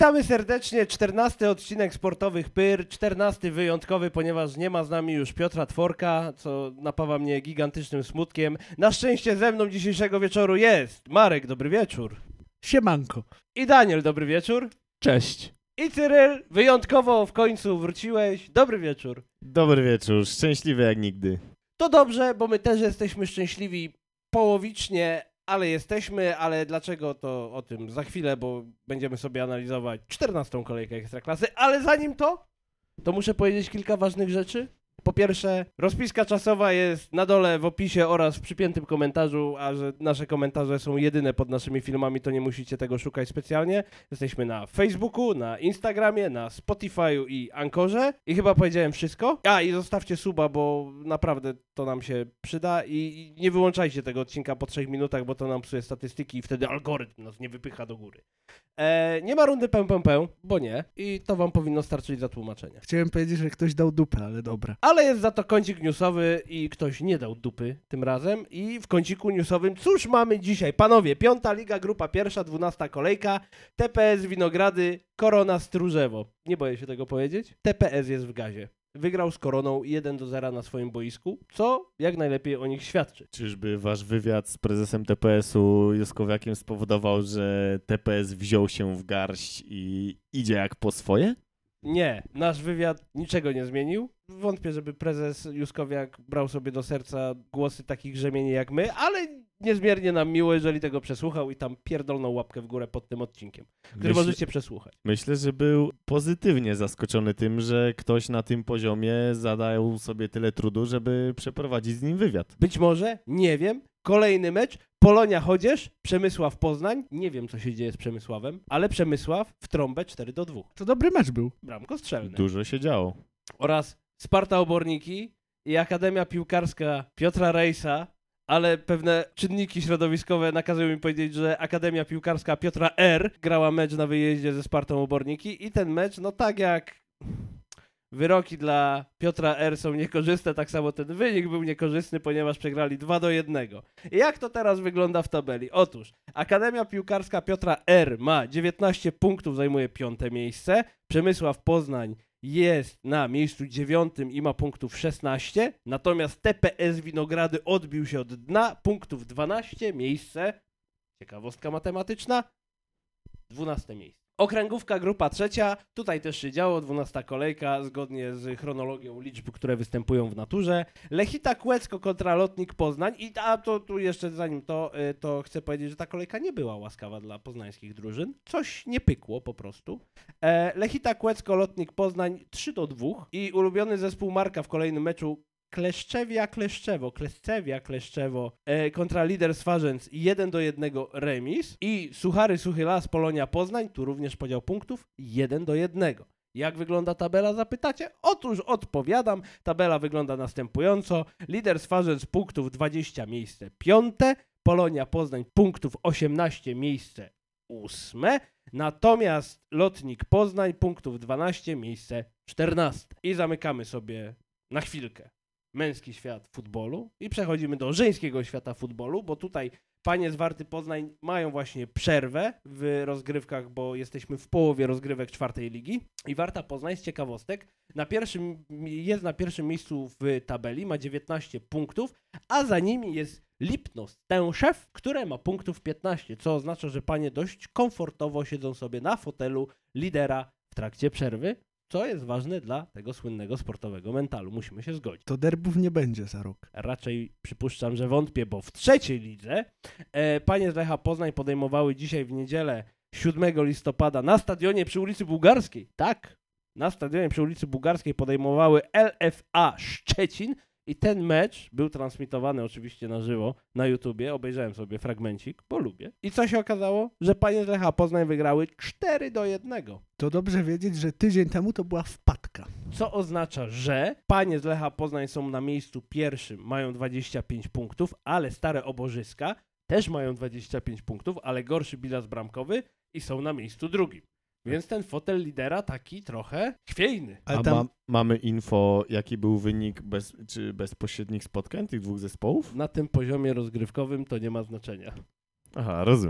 Witamy serdecznie, 14 odcinek Sportowych Pyr, 14 wyjątkowy, ponieważ nie ma z nami już Piotra Tworka, co napawa mnie gigantycznym smutkiem. Na szczęście ze mną dzisiejszego wieczoru jest Marek, dobry wieczór. Siemanko. I Daniel, dobry wieczór. Cześć. I Cyryl, wyjątkowo w końcu wróciłeś, dobry wieczór. Dobry wieczór, szczęśliwy jak nigdy. To dobrze, bo my też jesteśmy szczęśliwi połowicznie, ale jesteśmy, ale dlaczego to o tym za chwilę, bo będziemy sobie analizować 14. kolejkę Ekstraklasy, ale zanim to muszę powiedzieć kilka ważnych rzeczy. Po pierwsze, rozpiska czasowa jest na dole w opisie oraz w przypiętym komentarzu, a że nasze komentarze są jedyne pod naszymi filmami, to nie musicie tego szukać specjalnie. Jesteśmy na Facebooku, na Instagramie, na Spotify'u i Ankorze i chyba powiedziałem wszystko. I zostawcie suba, bo naprawdę to nam się przyda i nie wyłączajcie tego odcinka po 3 minutach, bo to nam psuje statystyki i wtedy algorytm nas nie wypycha do góry. Nie ma rundy pę, bo nie i to wam powinno starczyć za tłumaczenie. Chciałem powiedzieć, że ktoś dał dupę, ale dobra. Ale jest za to kącik newsowy i ktoś nie dał dupy tym razem. I w kąciku newsowym, cóż mamy dzisiaj? Panowie, 5. Liga, grupa pierwsza, 12. kolejka, TPS Winogrady, Korona Stróżewo. Nie boję się tego powiedzieć. TPS jest w gazie. Wygrał z Koroną 1-0 na swoim boisku, co jak najlepiej o nich świadczy. Czyżby wasz wywiad z prezesem TPS-u Juskowiakiem spowodował, że TPS wziął się w garść i idzie jak po swoje? Nie, nasz wywiad niczego nie zmienił. Wątpię, żeby prezes Juskowiak brał sobie do serca głosy takich rzemieni jak my, ale niezmiernie nam miło, jeżeli tego przesłuchał i tam pierdolną łapkę w górę pod tym odcinkiem, który możecie przesłuchać. Myślę, że był pozytywnie zaskoczony tym, że ktoś na tym poziomie zadał sobie tyle trudu, żeby przeprowadzić z nim wywiad. Być może, nie wiem. Kolejny mecz, Polonia Chodzież, Przemysław Poznań. Nie wiem, co się dzieje z Przemysławem, ale Przemysław w trąbę 4-2. To dobry mecz był. Bramko strzelne. Dużo się działo. Oraz Sparta Oborniki i Akademia Piłkarska Piotra Rejsa, ale pewne czynniki środowiskowe nakazują mi powiedzieć, że Akademia Piłkarska Piotra R. grała mecz na wyjeździe ze Spartą Oborniki i ten mecz, no tak jak wyroki dla Piotra R. są niekorzystne, tak samo ten wynik był niekorzystny, ponieważ przegrali 2-1. I jak to teraz wygląda w tabeli? Otóż Akademia Piłkarska Piotra R. ma 19 punktów, zajmuje 5. miejsce. Przemysław Poznań jest na miejscu 9 i ma punktów 16, natomiast TPS Winogrady odbił się od dna, punktów 12, miejsce, ciekawostka matematyczna, 12 miejsce. Okręgówka, grupa trzecia, tutaj też się działo, 12. kolejka, zgodnie z chronologią liczb, które występują w naturze. Lechita Kłecko kontra Lotnik Poznań i to tu jeszcze zanim to chcę powiedzieć, że ta kolejka nie była łaskawa dla poznańskich drużyn. Coś nie pykło po prostu. Lechita Kłecko, Lotnik Poznań 3-2 i ulubiony zespół Marka w kolejnym meczu Kleszczewia Kleszczewo kontra Lider Swarzędz 1-1 remis i Suchary Suchy Las Polonia Poznań, tu również podział punktów 1-1. Jak wygląda tabela, zapytacie? Otóż odpowiadam, tabela wygląda następująco. Lider Swarzędz punktów 20, miejsce 5, Polonia Poznań punktów 18, miejsce 8, natomiast Lotnik Poznań punktów 12, miejsce 14. I zamykamy sobie na chwilkę męski świat futbolu i przechodzimy do żeńskiego świata futbolu, bo tutaj panie z Warty Poznań mają właśnie przerwę w rozgrywkach, bo jesteśmy w połowie rozgrywek 4. ligi i Warta Poznań z ciekawostek jest na pierwszym miejscu w tabeli, ma 19 punktów, a za nimi jest Lipno Stęszew, które ma punktów 15, co oznacza, że panie dość komfortowo siedzą sobie na fotelu lidera w trakcie przerwy, co jest ważne dla tego słynnego sportowego mentalu. Musimy się zgodzić. To derbów nie będzie za rok. Raczej przypuszczam, że wątpię, bo w 3. lidze panie z Lecha Poznań podejmowały dzisiaj w niedzielę 7 listopada na stadionie przy ulicy Bułgarskiej. Tak, na stadionie przy ulicy Bułgarskiej podejmowały LFA Szczecin i ten mecz był transmitowany oczywiście na żywo na YouTubie. Obejrzałem sobie fragmencik, bo lubię. I co się okazało? Że panie z Lecha Poznań wygrały 4-1. To dobrze wiedzieć, że tydzień temu to była wpadka. Co oznacza, że panie z Lecha Poznań są na miejscu pierwszym, mają 25 punktów, ale Stare Oborzyska też mają 25 punktów, ale gorszy bilans bramkowy i są na miejscu drugim. Więc ten fotel lidera taki trochę chwiejny. Ale tam mamy info, jaki był wynik bezpośrednich spotkań tych dwóch zespołów? Na tym poziomie rozgrywkowym to nie ma znaczenia. Aha, rozumiem.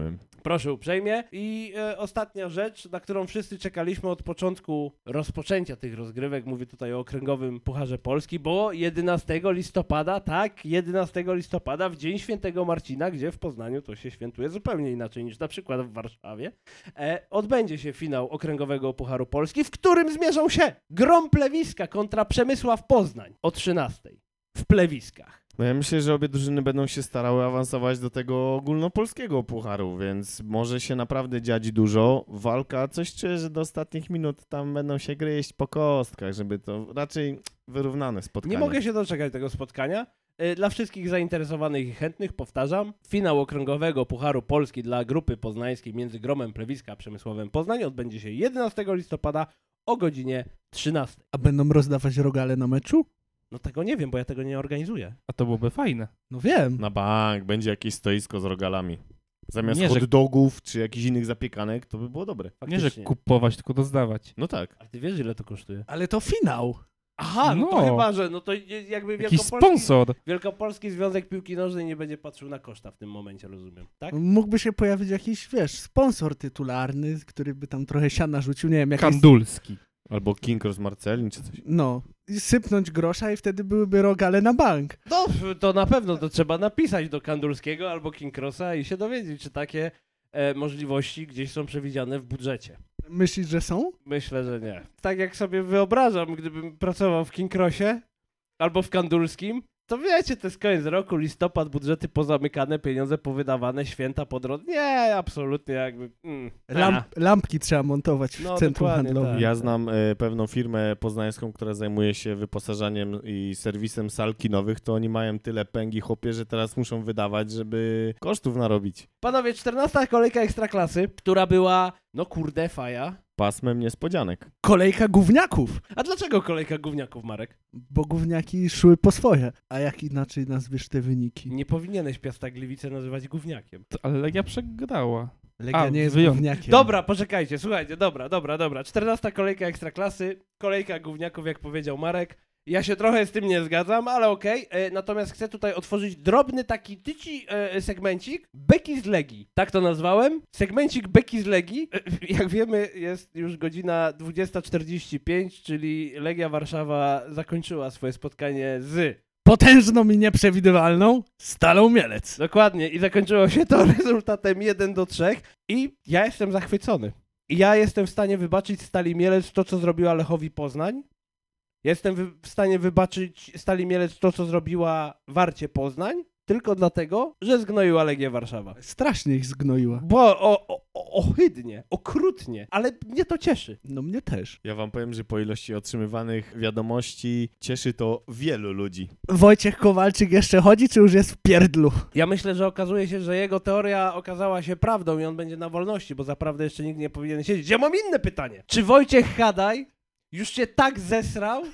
Proszę uprzejmie. I ostatnia rzecz, na którą wszyscy czekaliśmy od początku rozpoczęcia tych rozgrywek, mówię tutaj o Okręgowym Pucharze Polski, bo 11 listopada, tak, 11 listopada, w Dzień Świętego Marcina, gdzie w Poznaniu to się świętuje zupełnie inaczej niż na przykład w Warszawie, odbędzie się finał Okręgowego Pucharu Polski, w którym zmierzą się Grom Plewiska kontra Przemysław Poznań o 13 w Plewiskach. No ja myślę, że obie drużyny będą się starały awansować do tego ogólnopolskiego pucharu, więc może się naprawdę dziać dużo. Walka, coś czuję, że do ostatnich minut tam będą się gryźć po kostkach, żeby to raczej wyrównane spotkanie. Nie mogę się doczekać tego spotkania. Dla wszystkich zainteresowanych i chętnych, powtarzam, finał Okręgowego Pucharu Polski dla grupy poznańskiej między Gromem Plewiska a Przemysławem Poznań odbędzie się 11 listopada o godzinie 13. A będą rozdawać rogale na meczu? No tego nie wiem, bo ja tego nie organizuję. A to byłoby fajne. No wiem. Na bank, będzie jakieś stoisko z rogalami. Zamiast Nie, że- hot dogów czy jakichś innych zapiekanek, to by było dobre. Nie, że Faktycznie. kupować, tylko rozdawać. No tak. A ty wiesz, ile to kosztuje? Ale to finał. Aha, no to No. chyba, że no to jakby Jakiś sponsor. Wielkopolski Związek Piłki Nożnej nie będzie patrzył na koszta w tym momencie, rozumiem, tak? Mógłby się pojawić jakiś, wiesz, sponsor tytularny, który by tam trochę siana rzucił, nie wiem, jakiś... Kandulski. Albo King Cross Marcelin czy coś. No, i sypnąć grosza i wtedy byłyby rogale na bank. No, to na pewno to trzeba napisać do Kandulskiego albo King Crossa i się dowiedzieć, czy takie możliwości gdzieś są przewidziane w budżecie. Myślisz, że są? Myślę, że nie. Tak jak sobie wyobrażam, gdybym pracował w King Crossie albo w Kandulskim, to wiecie, to jest koniec roku, listopad, budżety pozamykane, pieniądze powydawane, święta po drodze. Nie, absolutnie jakby... Lampki trzeba montować w No, centrum dokładnie, handlowym. tak. Ja znam pewną firmę poznańską, która zajmuje się wyposażaniem i serwisem sal kinowych, to oni mają tyle pęgi, chłopie, że teraz muszą wydawać, żeby kosztów narobić. Panowie, 14. kolejka Ekstraklasy, która była, no kurde, faja. Pasmem niespodzianek. Kolejka gówniaków, A dlaczego kolejka gówniaków, Marek? bo gówniaki szły po swoje. A jak inaczej nazwiesz te wyniki? Nie powinieneś Piasta Gliwice nazywać gówniakiem. Ale Legia przegrała. Legia nie jest wyjątek. gówniakiem. Dobra, poczekajcie, słuchajcie, dobra. 14. kolejka Ekstraklasy, kolejka gówniaków, jak powiedział Marek. Ja się trochę z tym nie zgadzam, ale okej. Natomiast chcę tutaj otworzyć drobny taki tyci segmencik Beki z Legii. Tak to nazwałem. Segmencik Beki z Legii. Jak wiemy, jest już godzina 20:45, czyli Legia Warszawa zakończyła swoje spotkanie z... Potężną i nieprzewidywalną Stalą Mielec. Dokładnie. I zakończyło się to rezultatem 1-3. I ja jestem zachwycony. I ja jestem w stanie wybaczyć Stali Mielec to, co zrobiła Lechowi Poznań. Jestem w stanie wybaczyć Stali Mielec to, co zrobiła Warcie Poznań, tylko dlatego, że zgnoiła Legię Warszawa. Strasznie ich zgnoiła. Bo ohydnie, okrutnie, ale mnie to cieszy. No mnie też. Ja wam powiem, że po ilości otrzymywanych wiadomości cieszy to wielu ludzi. Wojciech Kowalczyk jeszcze chodzi, czy już jest w pierdlu? Ja myślę, że okazuje się, że jego teoria okazała się prawdą i on będzie na wolności, bo zaprawdę jeszcze nikt nie powinien siedzieć. Ja mam inne pytanie. Czy Wojciech Hadaj już cię tak zesrał,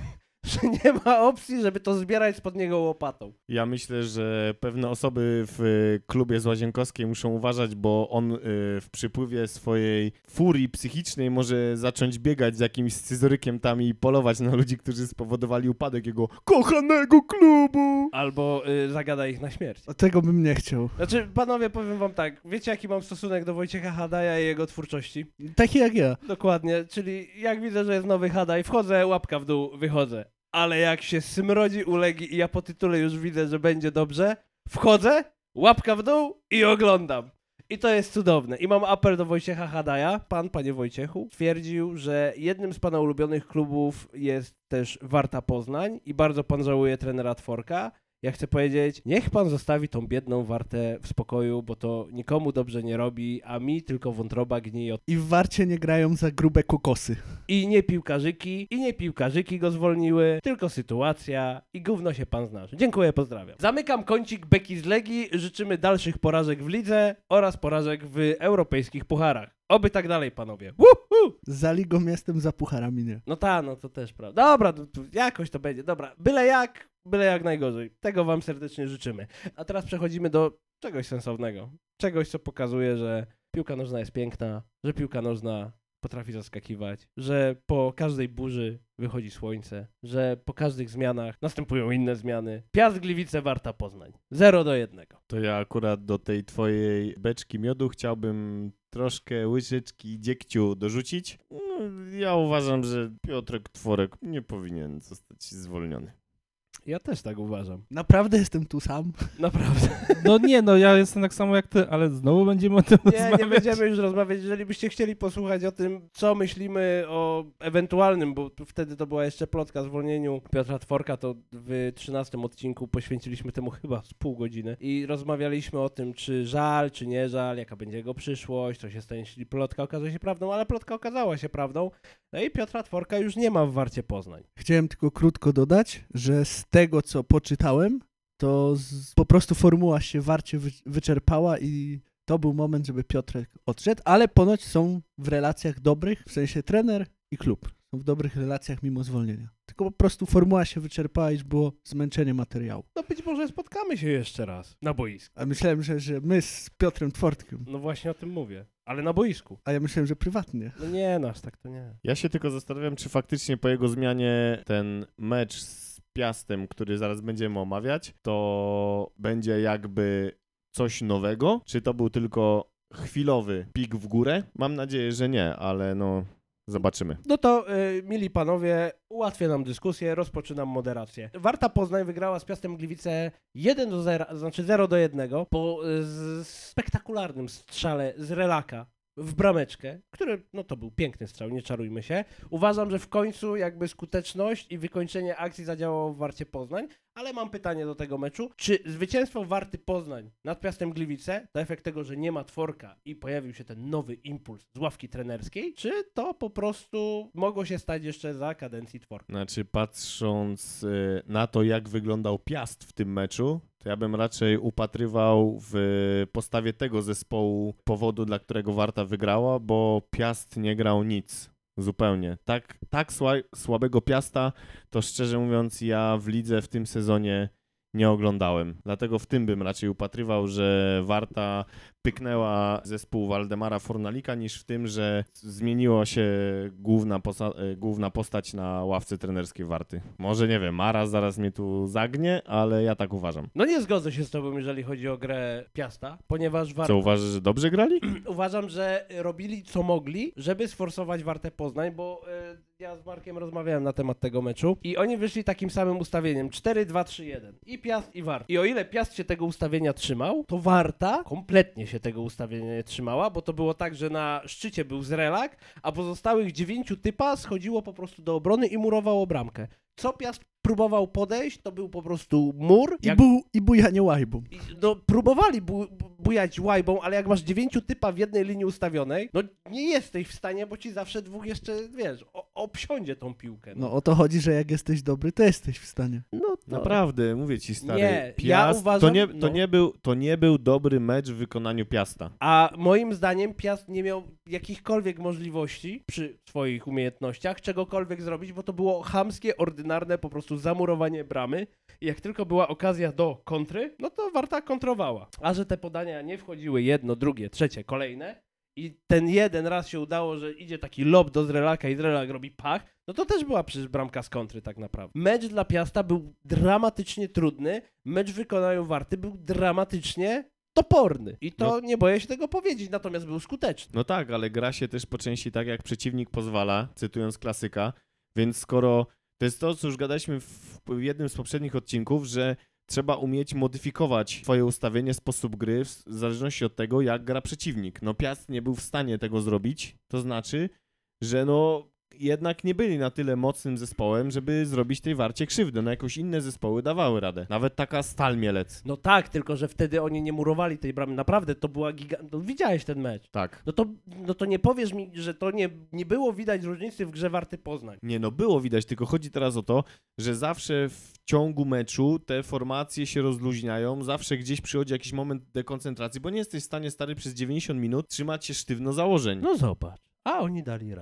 że nie ma opcji, żeby to zbierać spod niego łopatą? Ja myślę, że pewne osoby w klubie z Łazienkowskiej muszą uważać, bo on w przypływie swojej furii psychicznej może zacząć biegać z jakimś scyzorykiem tam i polować na ludzi, którzy spowodowali upadek jego kochanego klubu. Albo zagada ich na śmierć. O, tego bym nie chciał. Znaczy, panowie, powiem wam tak, wiecie jaki mam stosunek do Wojciecha Hadaja i jego twórczości? Taki jak ja. Dokładnie, czyli jak widzę, że jest nowy Hadaj, wchodzę, łapka w dół, wychodzę. Ale jak się smrodzi u Legii i ja po tytule już widzę, że będzie dobrze, wchodzę, łapka w dół i oglądam. I to jest cudowne. I mam apel do Wojciecha Hadaja. Panie Wojciechu, twierdził, że jednym z pana ulubionych klubów jest też Warta Poznań i bardzo pan żałuje trenera Tworka. Ja chcę powiedzieć, niech pan zostawi tą biedną Wartę w spokoju, bo to nikomu dobrze nie robi, a mi tylko wątroba gnije od... I w Warcie nie grają za grube kokosy. I nie piłkarzyki go zwolniły, tylko sytuacja i gówno się pan znasz. Dziękuję, pozdrawiam. Zamykam kącik Beki z Legii, życzymy dalszych porażek w lidze oraz porażek w europejskich pucharach. Oby tak dalej, panowie. Woohoo! Za ligą jestem, za pucharami nie. No to też prawda. Dobra, jakoś to będzie, dobra. Byle jak najgorzej. Tego wam serdecznie życzymy. A teraz przechodzimy do czegoś sensownego. Czegoś, co pokazuje, że piłka nożna jest piękna, że piłka nożna potrafi zaskakiwać, że po każdej burzy wychodzi słońce, że po każdych zmianach następują inne zmiany. Piast Gliwice, Warta Poznań. 0-1. To ja akurat do tej twojej beczki miodu chciałbym troszkę łyżeczki dziegciu dorzucić. No, ja uważam, że Piotrek Tworek nie powinien zostać zwolniony. Ja też tak uważam. Naprawdę jestem tu sam. Naprawdę. No nie, no ja jestem tak samo jak ty, ale znowu będziemy o tym Nie rozmawiać. będziemy już rozmawiać. Jeżeli byście chcieli posłuchać o tym, co myślimy o ewentualnym, bo wtedy to była jeszcze plotka zwolnieniu Piotra Tworka, to w 13 odcinku poświęciliśmy temu chyba z pół godziny i rozmawialiśmy o tym, czy żal, czy nie żal, jaka będzie jego przyszłość, co się stanie, jeśli plotka okaże się prawdą, ale plotka okazała się prawdą. No i Piotra Tworka już nie ma w Warcie Poznań. Chciałem tylko krótko dodać, że z tego, co poczytałem, to po prostu formuła się Warcie wyczerpała i to był moment, żeby Piotrek odszedł, ale ponoć są w relacjach dobrych, w sensie trener i klub. Są w dobrych relacjach mimo zwolnienia. Tylko po prostu formuła się wyczerpała, iż było zmęczenie materiału. No być może spotkamy się jeszcze raz na boisku. A myślałem, że my z Piotrem Twortkiem, No właśnie o tym mówię. Ale na boisku. a ja myślałem, że prywatnie. No nie, no aż tak to nie. Ja się tylko zastanawiam, czy faktycznie po jego zmianie ten mecz z Piastem, który zaraz będziemy omawiać, to będzie jakby coś nowego, czy to był tylko chwilowy pik w górę? Mam nadzieję, że nie, ale no zobaczymy. No to, mili panowie, ułatwię nam dyskusję, rozpoczynam moderację. Warta Poznań wygrała z Piastem Gliwice 1-0, znaczy 0-1 po spektakularnym strzale z relaka w brameczkę, który, no to był piękny strzał, nie czarujmy się. Uważam, że w końcu jakby skuteczność i wykończenie akcji zadziałało w Warcie Poznań, ale mam pytanie do tego meczu. Czy zwycięstwo Warty Poznań nad Piastem Gliwice to efekt tego, że nie ma Tworka i pojawił się ten nowy impuls z ławki trenerskiej, czy to po prostu mogło się stać jeszcze za kadencji Tworka? Znaczy, patrząc na to, jak wyglądał Piast w tym meczu, to ja bym raczej upatrywał w postawie tego zespołu powodu, dla którego Warta wygrała, bo Piast nie grał nic. Zupełnie. Tak słabego Piasta to szczerze mówiąc ja w lidze w tym sezonie nie oglądałem. Dlatego w tym bym raczej upatrywał, że Warta pyknęła zespół Waldemara Fornalika, niż w tym, że zmieniła się główna postać na ławce trenerskiej Warty. Może nie wiem, Mara zaraz mnie tu zagnie, ale ja tak uważam. No nie zgodzę się z tobą, jeżeli chodzi o grę Piasta, ponieważ Warta... Co uważasz, że dobrze grali? Uważam, że robili co mogli, żeby sforsować Wartę Poznań, bo ja z Markiem rozmawiałem na temat tego meczu i oni wyszli takim samym ustawieniem 4-2-3-1 i Piast i Warta. I o ile Piast się tego ustawienia trzymał, to Warta kompletnie się tego ustawienia nie trzymała, bo to było tak, że na szczycie był Zrelak, a pozostałych 9 typa schodziło po prostu do obrony i murowało bramkę. Co Piast próbował podejść, to był po prostu mur. I bujanie łajbą. No, próbowali bujać łajbą, ale jak masz 9 typa w jednej linii ustawionej, no nie jesteś w stanie, bo ci zawsze dwóch jeszcze, wiesz, obsiądzie tą piłkę. No o to chodzi, że jak jesteś dobry, to jesteś w stanie. No to... Naprawdę, mówię ci stary, Nie, Piast, ja uważam... to nie był dobry mecz w wykonaniu Piasta. A moim zdaniem Piast nie miał jakichkolwiek możliwości przy swoich umiejętnościach czegokolwiek zrobić, bo to było chamskie, ordynarne po prostu zamurowanie bramy. I jak tylko była okazja do kontry, no to Warta kontrowała. A że te podania nie wchodziły jedno, drugie, trzecie, kolejne i ten jeden raz się udało, że idzie taki lob do Zrelaka i Zrelak robi pach, no to też była przecież bramka z kontry tak naprawdę. Mecz dla Piasta był dramatycznie trudny, mecz w wykonaniu Warty był dramatycznie toporny. I to nie boję się tego powiedzieć, natomiast był skuteczny. No tak, ale gra się też po części tak, jak przeciwnik pozwala, cytując klasyka, więc skoro to jest to, co już gadaliśmy w jednym z poprzednich odcinków, że trzeba umieć modyfikować twoje ustawienie, sposób gry w zależności od tego, jak gra przeciwnik. No Piast nie był w stanie tego zrobić, to znaczy, że no jednak nie byli na tyle mocnym zespołem, żeby zrobić tej Warcie krzywdę. No jakoś inne zespoły dawały radę. Nawet taka Stal Mielec. No tak, tylko że wtedy oni nie murowali tej bramy. Naprawdę, to była no, widziałeś ten mecz. Tak. No to nie powiesz mi, że to nie było widać różnicy w grze Warty Poznań. Nie, no było widać, tylko chodzi teraz o to, że zawsze w ciągu meczu te formacje się rozluźniają, zawsze gdzieś przychodzi jakiś moment dekoncentracji, bo nie jesteś w stanie, stary, przez 90 minut trzymać się sztywno założeń. No zobacz. A oni dali radę.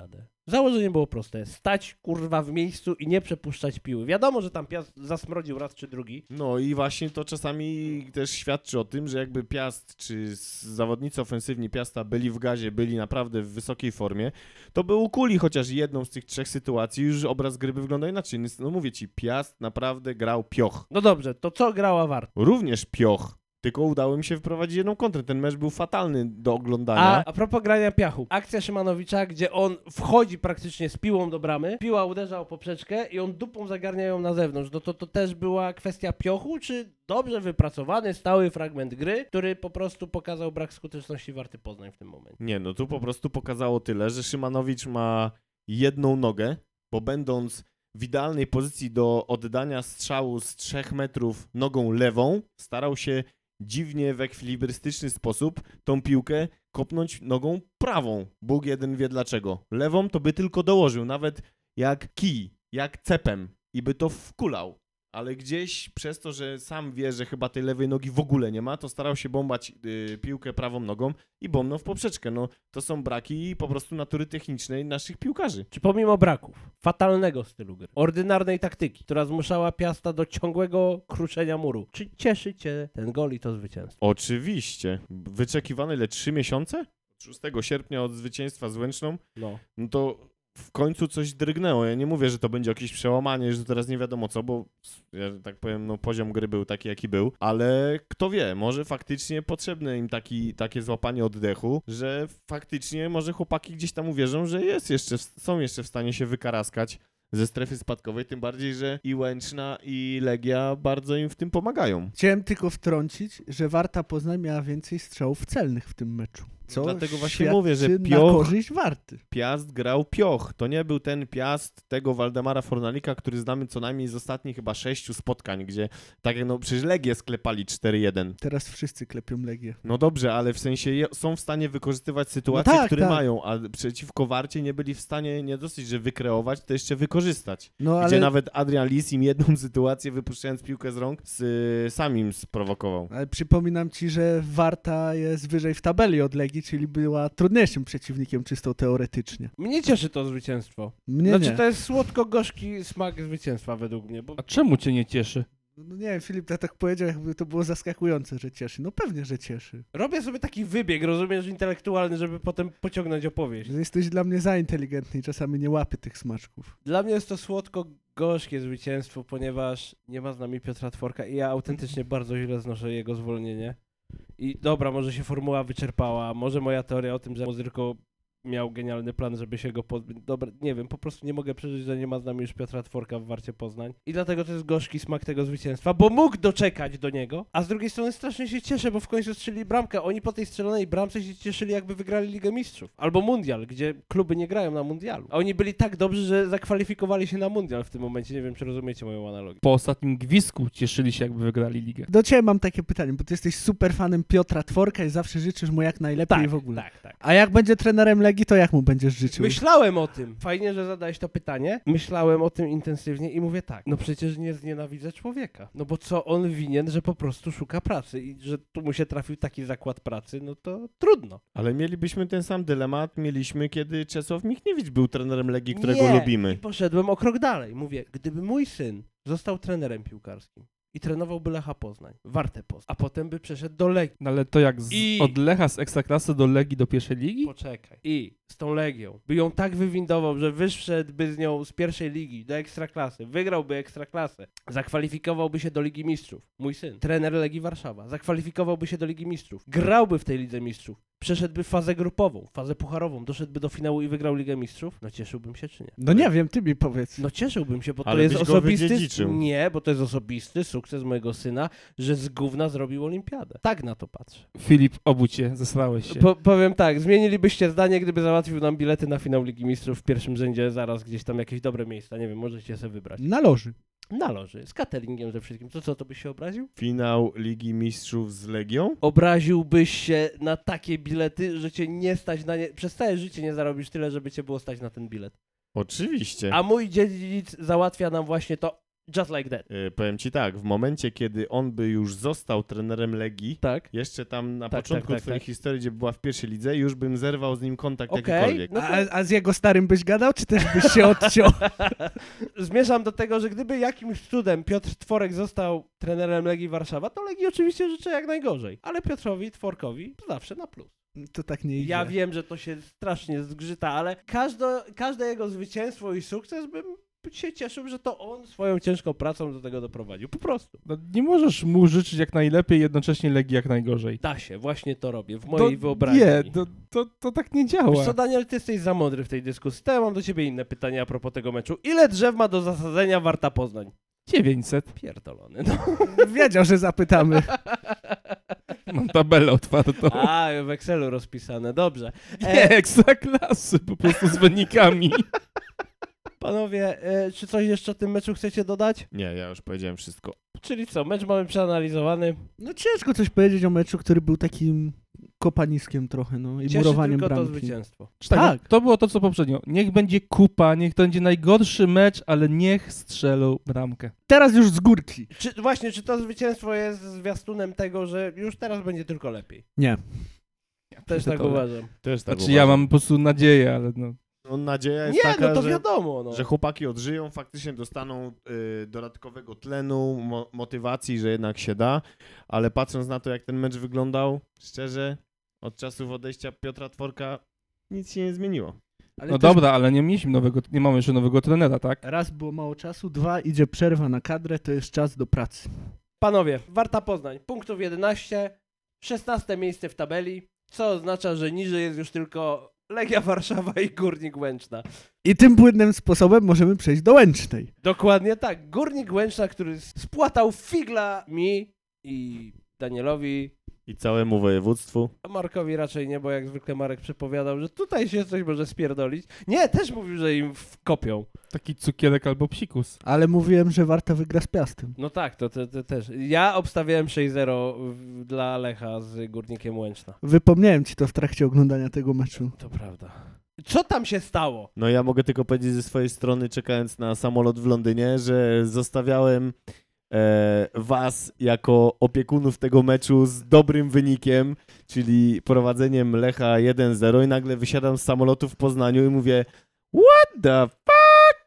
Założenie było proste. Stać kurwa w miejscu i nie przepuszczać piły. Wiadomo, że tam Piast zasmrodził raz czy drugi. No i właśnie to czasami też świadczy o tym, że jakby Piast czy zawodnicy ofensywni Piasta byli w gazie, byli naprawdę w wysokiej formie, to by ukuli chociaż jedną z tych 3 sytuacji, już obraz gry by wyglądał inaczej. No mówię ci, Piast naprawdę grał pioch. No dobrze, to co grała Warta? Również pioch. Tylko udało mi się wprowadzić jedną kontrę. Ten mecz był fatalny do oglądania. A propos grania piachu. Akcja Szymanowicza, gdzie on wchodzi praktycznie z piłą do bramy, piła uderza o poprzeczkę i on dupą zagarnia ją na zewnątrz. No to też była kwestia piochu, czy dobrze wypracowany, stały fragment gry, który po prostu pokazał brak skuteczności Warty Poznań w tym momencie. Nie, no tu po prostu pokazało tyle, że Szymanowicz ma jedną nogę, bo będąc w idealnej pozycji do oddania strzału z 3 metrów nogą lewą, starał się dziwnie w ekwilibrystyczny sposób tą piłkę kopnąć nogą prawą. Bóg jeden wie dlaczego. Lewą to by tylko dołożył, nawet jak kij, jak cepem i by to wkulał. Ale gdzieś przez to, że sam wie, że chyba tej lewej nogi w ogóle nie ma, to starał się bombać piłkę prawą nogą i bombnął w poprzeczkę. No to są braki po prostu natury technicznej naszych piłkarzy. Czy pomimo braków, fatalnego stylu gry, ordynarnej taktyki, która zmuszała Piasta do ciągłego kruszenia muru, czy cieszy cię ten gol i to zwycięstwo? Oczywiście. Wyczekiwane ile 3 miesiące? 6 sierpnia od zwycięstwa z Łęczną, No. no to w końcu coś drgnęło. Ja nie mówię, że to będzie jakieś przełamanie, że teraz nie wiadomo co, bo ja tak powiem, no poziom gry był taki, jaki był, ale kto wie, może faktycznie potrzebne im takie złapanie oddechu, że faktycznie może chłopaki gdzieś tam uwierzą, że są jeszcze w stanie się wykaraskać ze strefy spadkowej, tym bardziej, że i Łęczna, i Legia bardzo im w tym pomagają. Chciałem tylko wtrącić, że Warta Poznań miała więcej strzałów celnych w tym meczu. Co Dlatego właśnie świadczy mówię, że na Pioch- korzyść Warty. Piast grał pioch. To nie był ten Piast tego Waldemara Fornalika, który znamy co najmniej z ostatnich chyba 6 spotkań, gdzie tak jak no przecież Legię sklepali 4-1. Teraz wszyscy klepią Legię. No dobrze, ale w sensie są w stanie wykorzystywać sytuacje, No tak, które tak. mają, a przeciwko Warcie nie byli w stanie nie dosyć, że wykreować, to jeszcze wykorzystać. No Gdzie ale, nawet Adrian Lis im jedną sytuację, wypuszczając piłkę z rąk, sam im sprowokował. ale przypominam ci, że Warta jest wyżej w tabeli od Legii, czyli była trudniejszym przeciwnikiem czysto teoretycznie. Mnie cieszy to zwycięstwo. Mnie Znaczy nie. to jest słodko-gorzki smak zwycięstwa według mnie, bo A czemu cię nie cieszy? No nie wiem, Filip tak powiedział, jakby to było zaskakujące, że cieszy. No pewnie, że cieszy. robię sobie taki wybieg, rozumiesz, intelektualny, żeby potem pociągnąć opowieść. Że jesteś dla mnie za inteligentny i czasami nie łapię tych smaczków. Dla mnie jest to słodko-gorzkie zwycięstwo, ponieważ nie ma z nami Piotra Tworka i ja autentycznie bardzo źle znoszę jego zwolnienie. I dobra, może się formuła wyczerpała, może moja teoria o tym, że Mozyrko miał genialny plan, żeby się go pozbyć. Dobra, nie wiem, po prostu nie mogę przeżyć, że nie ma z nami już Piotra Tworka w Warcie Poznań. I dlatego to jest gorzki smak tego zwycięstwa, bo mógł doczekać do niego, a z drugiej strony strasznie się cieszę, bo w końcu strzelili bramkę. Oni po tej strzelonej bramce się cieszyli, jakby wygrali Ligę Mistrzów. Albo Mundial, gdzie kluby nie grają na Mundialu. A oni byli tak dobrzy, że zakwalifikowali się na Mundial w tym momencie. Nie wiem, czy rozumiecie moją analogię. Po ostatnim gwizdku cieszyli się, jakby wygrali ligę. Do ciebie mam takie pytanie, bo ty jesteś super fanem Piotra Tworka i zawsze życzysz mu jak najlepiej w ogóle. Tak. A jak będzie trenerem Legii, to jak mu będziesz życzył? Myślałem o tym. Fajnie, że zadałeś to pytanie. Myślałem o tym intensywnie i mówię tak. No przecież nie znienawidzę człowieka. No bo co on winien, że po prostu szuka pracy i że tu mu się trafił taki zakład pracy, no to trudno. Ale mielibyśmy ten sam dylemat, kiedy Czesław Michniewicz był trenerem Legii, którego Nie. lubimy. I poszedłem o krok dalej. Mówię, gdyby mój syn został trenerem piłkarskim i trenowałby Lecha Poznań, Wartę Poznań, a potem by przeszedł do Legii. No ale to jak I- od Lecha z Ekstraklasy do Legii do pierwszej ligi? Poczekaj. I z tą Legią by ją tak wywindował, że wyszedłby z nią z pierwszej ligi do Ekstraklasy, wygrałby Ekstraklasę, zakwalifikowałby się do Ligi Mistrzów. Mój syn, trener Legii Warszawa, zakwalifikowałby się do Ligi Mistrzów, grałby w tej Lidze Mistrzów, przeszedłby fazę grupową, fazę pucharową, doszedłby do finału i wygrał Ligę Mistrzów. No cieszyłbym się czy nie? No nie wiem, ty mi powiedz. No cieszyłbym się, bo to Ale jest byś go osobisty... wydziedziczył. Nie, bo to jest osobisty sukces mojego syna, że z gówna zrobił olimpiadę. Tak na to patrzę. Filip, obudź się, zesrałeś się. Powiem tak, zmienilibyście zdanie, gdyby załatwił nam bilety na finał Ligi Mistrzów w pierwszym rzędzie, zaraz gdzieś tam jakieś dobre miejsca, nie wiem, możecie sobie wybrać. Na loży. Na loży, z cateringiem ze wszystkim. To co, to byś się obraził? Finał Ligi Mistrzów z Legią? Obraziłbyś się na takie bilety, że cię nie stać na nie... Przez całe życie nie zarobisz tyle, żeby cię było stać na ten bilet. Oczywiście. A mój dziedzic załatwia nam właśnie to Just like that. Powiem ci tak, w momencie, kiedy on by już został trenerem Legii, Tak. jeszcze tam na Tak, początku tak, tak, twojej tak. historii, gdzie była w pierwszej lidze, już bym zerwał z nim kontakt Okej. jakikolwiek. No to- A z jego starym byś gadał, czy też byś się odciął? Zmierzam do tego, że gdyby jakimś cudem Piotr Tworek został trenerem Legii Warszawa, to Legii oczywiście życzę jak najgorzej. Ale Piotrowi Tworkowi zawsze na plus. To tak nie idzie. Ja wiem, że to się strasznie zgrzyta, ale każde jego zwycięstwo i sukces bym się cieszył, że to on swoją ciężką pracą do tego doprowadził. Po prostu. No, nie możesz mu życzyć jak najlepiej, jednocześnie Legii jak najgorzej. Da się, właśnie to robię, w mojej To wyobraźni. Nie, to tak nie działa. Wiesz co, Daniel, ty jesteś za mądry w tej dyskusji. To ja mam do ciebie inne pytanie a propos tego meczu. Ile drzew ma do zasadzenia Warta Poznań? 900. Pierdolony, no. Wiedział, że zapytamy. Mam tabelę otwartą. A, w Excelu rozpisane, dobrze. Nie, ekstraklasy po prostu z wynikami. Panowie, czy coś jeszcze o tym meczu chcecie dodać? Nie, ja już powiedziałem wszystko. Czyli co, mecz mamy przeanalizowany. No ciężko coś powiedzieć o meczu, który był takim kopaniskiem trochę, no i Cieszy murowaniem tylko to bramki. zwycięstwo. Tak. To było to, co poprzednio. Niech będzie kupa, niech to będzie najgorszy mecz, ale niech strzelą bramkę. Teraz już z górki. Czy to zwycięstwo jest zwiastunem tego, że już teraz będzie tylko lepiej? Nie. Też tak pierdolę. uważam. Też tak Znaczy ja uważam. mam po prostu nadzieję, ale no. No, nadzieja jest Nie, taka, no to że, wiadomo, no. że chłopaki odżyją, faktycznie dostaną dodatkowego tlenu, motywacji, że jednak się da, ale patrząc na to, jak ten mecz wyglądał, szczerze, od czasów odejścia Piotra Tworka nic się nie zmieniło. Ale No też dobra, ale nie mamy jeszcze nowego trenera, tak? raz było mało czasu, dwa idzie przerwa na kadrę, to jest czas do pracy. Panowie, Warta Poznań, punktów 11, 16 miejsce w tabeli, co oznacza, że niżej jest już tylko Legia Warszawa i Górnik Łęczna. I tym płynnym sposobem możemy przejść do Łęcznej. Dokładnie tak. Górnik Łęczna, który spłatał figla mi i Danielowi, I całemu województwu. a Markowi raczej nie, bo jak zwykle Marek przepowiadał, że tutaj się coś może spierdolić. Nie, też mówił, że im wkopią. Taki cukierek albo psikus. Ale mówiłem, że Warta wygra z Piastem. No tak, to też. Ja obstawiałem 6-0 dla Lecha z Górnikiem Łęczna. Wypomniałem ci to w trakcie oglądania tego meczu. To prawda. Co tam się stało? No ja mogę tylko powiedzieć ze swojej strony, czekając na samolot w Londynie, że zostawiałem was jako opiekunów tego meczu z dobrym wynikiem, czyli prowadzeniem Lecha 1-0 i nagle wysiadam z samolotu w Poznaniu i mówię what the fuck?